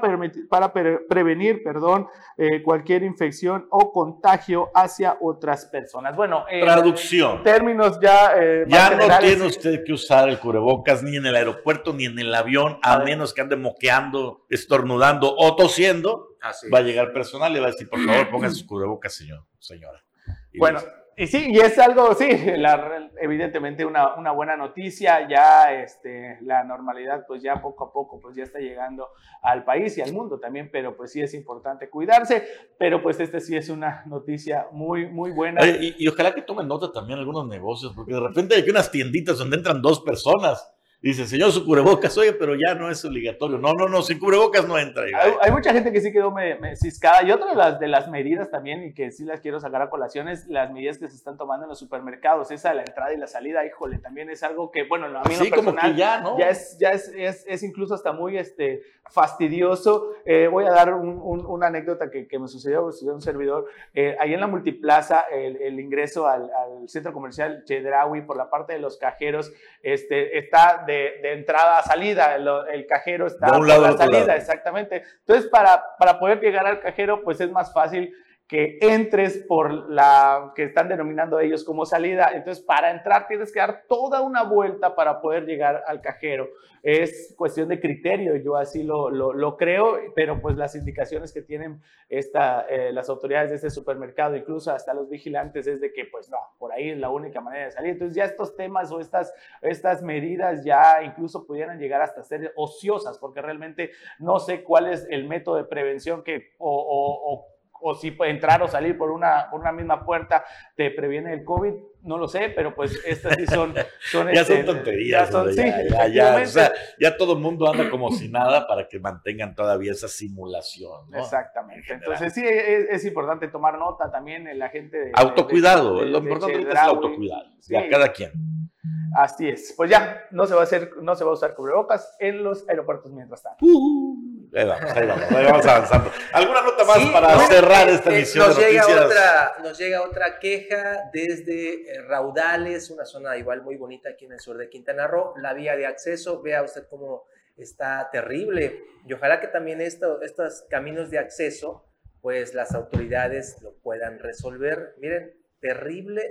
prevenir cualquier infección o contagio hacia otras personas. Bueno, traducción. Términos ya ya no tiene usted que usar el cubrebocas ni en el aeropuerto ni en el avión, a menos que ande moqueando, estornudando o tosiendo. Va a llegar personal y le va a decir, por favor, ponga sus cubrebocas, señora. Y bueno, y sí, y es algo, sí, evidentemente una buena noticia. Ya la normalidad, pues ya poco a poco, pues ya está llegando al país y al mundo también, pero pues sí es importante cuidarse, pero pues sí es una noticia muy, muy buena. Y ojalá que tomen nota también algunos negocios, porque de repente hay unas tienditas donde entran 2 personas. Dice, señor, su cubrebocas, oye, pero ya no es obligatorio. No, sin cubrebocas no entra. Hay mucha gente que sí quedó ciscada. Y otra de las medidas también, y que sí las quiero sacar a colación, es las medidas que se están tomando en los supermercados. Esa de la entrada y la salida, híjole, también es algo que, bueno, a mí sí, personal, como que ya, ¿no? Ya es incluso hasta muy fastidioso. Voy a dar una anécdota que me sucedió a un servidor. Ahí en la Multiplaza, el ingreso al centro comercial Chedraui por la parte de los cajeros, está de entrada a salida, el cajero está de un lado por la salida, lado. Exactamente. Entonces, para poder llegar al cajero, pues es más fácil que entres por la que están denominando ellos como salida. Entonces, para entrar tienes que dar toda una vuelta para poder llegar al cajero. Es cuestión de criterio, yo así lo creo, pero pues las indicaciones que tienen las autoridades de este supermercado, incluso hasta los vigilantes, es de que pues no, por ahí es la única manera de salir. Entonces ya estos temas o estas medidas ya incluso pudieran llegar hasta ser ociosas, porque realmente no sé cuál es el método de prevención o si entrar o salir por una misma puerta te previene el COVID, no lo sé, pero pues estas sí son ya son tonterías. O sea, ya todo el mundo anda como si nada para que mantengan todavía esa simulación, ¿no? Exactamente. Entonces sí, es importante tomar nota también en la gente. Autocuidado, lo importante ahorita es el autocuidado, sí. Ya cada quien. Así es. Pues ya, no se va a usar cubrebocas en los aeropuertos mientras tanto. Ahí vamos avanzando. ¿Alguna nota más para cerrar esta emisión de noticias? Nos llega otra queja desde Raudales, una zona igual muy bonita aquí en el sur de Quintana Roo. La vía de acceso, vea usted cómo está terrible. Y ojalá que también estos caminos de acceso, pues las autoridades lo puedan resolver. Miren, terrible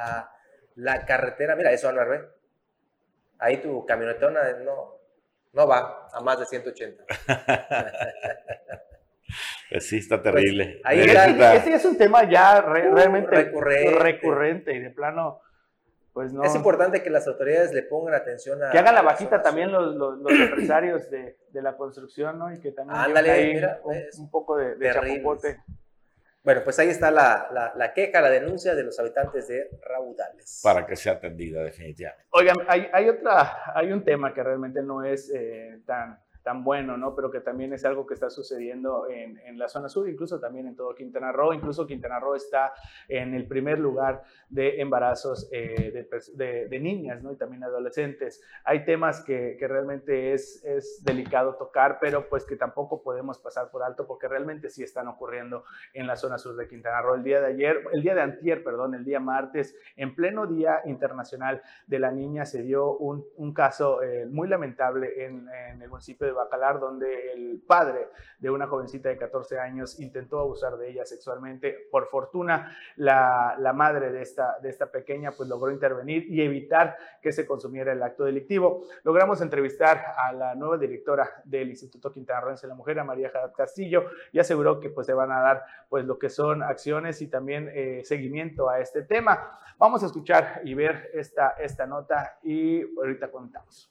la carretera. Mira eso, Álvaro, ¿eh? Ahí tu camionetona no va a más de 180. Pues sí, está terrible. Ahí Este es un tema ya realmente recurrente y de plano, pues no. Es importante que las autoridades le pongan atención a... Que hagan la vaquita también los empresarios de la construcción, ¿no? Y que también ahí mira, un poco de chapopote. Bueno, pues ahí está la queja, la denuncia de los habitantes de Raudales. Para que sea atendida, definitivamente. Oigan, hay un tema que realmente no es tan bueno, ¿no? Pero que también es algo que está sucediendo en la zona sur, incluso también en todo Quintana Roo. Incluso Quintana Roo está en el primer lugar de embarazos de niñas, ¿no? Y también adolescentes. Hay temas que realmente es delicado tocar, pero pues que tampoco podemos pasar por alto porque realmente sí están ocurriendo en la zona sur de Quintana Roo. El día de antier, el día martes, en pleno Día Internacional de la Niña, se dio un caso muy lamentable en el municipio de Bacalar, donde el padre de una jovencita de 14 años intentó abusar de ella sexualmente. Por fortuna, la madre de esta pequeña pues logró intervenir y evitar que se consumiera el acto delictivo. Logramos entrevistar a la nueva directora del Instituto Quintanarroense de la Mujer, a María Haddad Castillo, y aseguró que pues se van a dar pues lo que son acciones y también seguimiento a este tema. Vamos a escuchar y ver esta nota y ahorita contamos.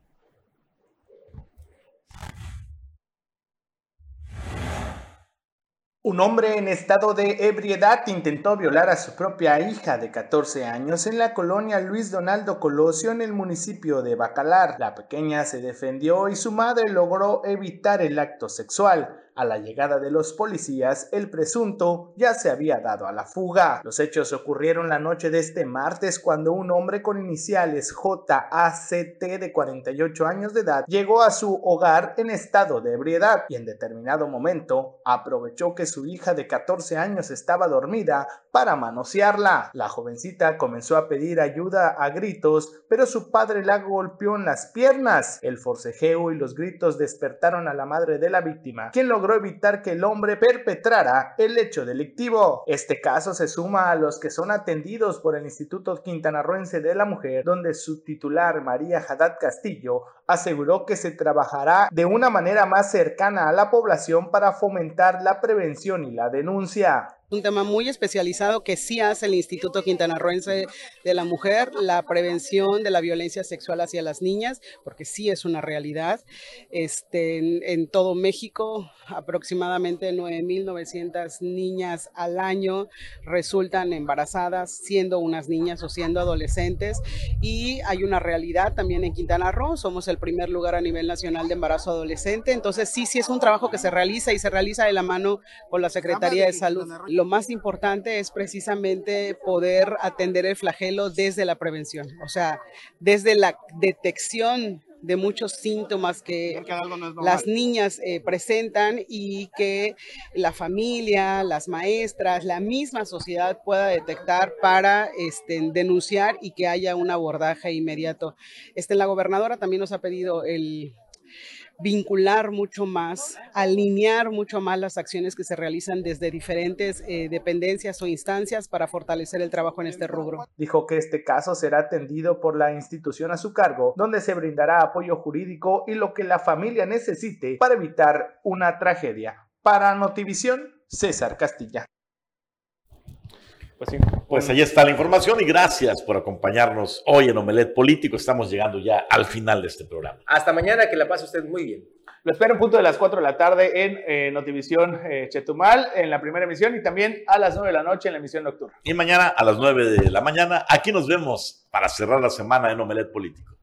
Un hombre en estado de ebriedad intentó violar a su propia hija de 14 años en la colonia Luis Donaldo Colosio en el municipio de Bacalar. La pequeña se defendió y su madre logró evitar el acto sexual. A la llegada de los policías, el presunto ya se había dado a la fuga. Los hechos ocurrieron la noche de este martes cuando un hombre con iniciales JACT de 48 años de edad llegó a su hogar en estado de ebriedad y en determinado momento aprovechó que su hija de 14 años estaba dormida para manosearla. La jovencita comenzó a pedir ayuda a gritos, pero su padre la golpeó en las piernas. El forcejeo y los gritos despertaron a la madre de la víctima, quien logró evitar que el hombre perpetrara el hecho delictivo. Este caso se suma a los que son atendidos por el Instituto Quintanarroense de la Mujer, donde su titular, María Haddad Castillo, aseguró que se trabajará de una manera más cercana a la población para fomentar la prevención y la denuncia. Un tema muy especializado que sí hace el Instituto Quintanarroense de la Mujer, la prevención de la violencia sexual hacia las niñas, porque sí es una realidad. En todo México, aproximadamente 9,900 niñas al año resultan embarazadas, siendo unas niñas o siendo adolescentes, y hay una realidad también en Quintana Roo. Somos el primer lugar a nivel nacional de embarazo adolescente, entonces sí es un trabajo que se realiza y se realiza de la mano con la Secretaría de Salud. Lo más importante es precisamente poder atender el flagelo desde la prevención, o sea, desde la detección de muchos síntomas que las niñas presentan y que la familia, las maestras, la misma sociedad pueda detectar para denunciar y que haya un abordaje inmediato. La gobernadora también nos ha pedido el vincular mucho más, alinear mucho más las acciones que se realizan desde diferentes dependencias o instancias para fortalecer el trabajo en este rubro. Dijo que este caso será atendido por la institución a su cargo, donde se brindará apoyo jurídico y lo que la familia necesite para evitar una tragedia. Para Notivisión, César Castilla. Pues ahí está la información y gracias por acompañarnos hoy en Omelet Político. Estamos llegando ya al final de este programa. Hasta mañana, que la pase usted muy bien. Lo espero en punto de las 4 de la tarde en Notivisión Chetumal, en la primera emisión, y también a las 9 de la noche en la emisión nocturna. Y mañana a las 9 de la mañana, aquí nos vemos para cerrar la semana en Omelet Político.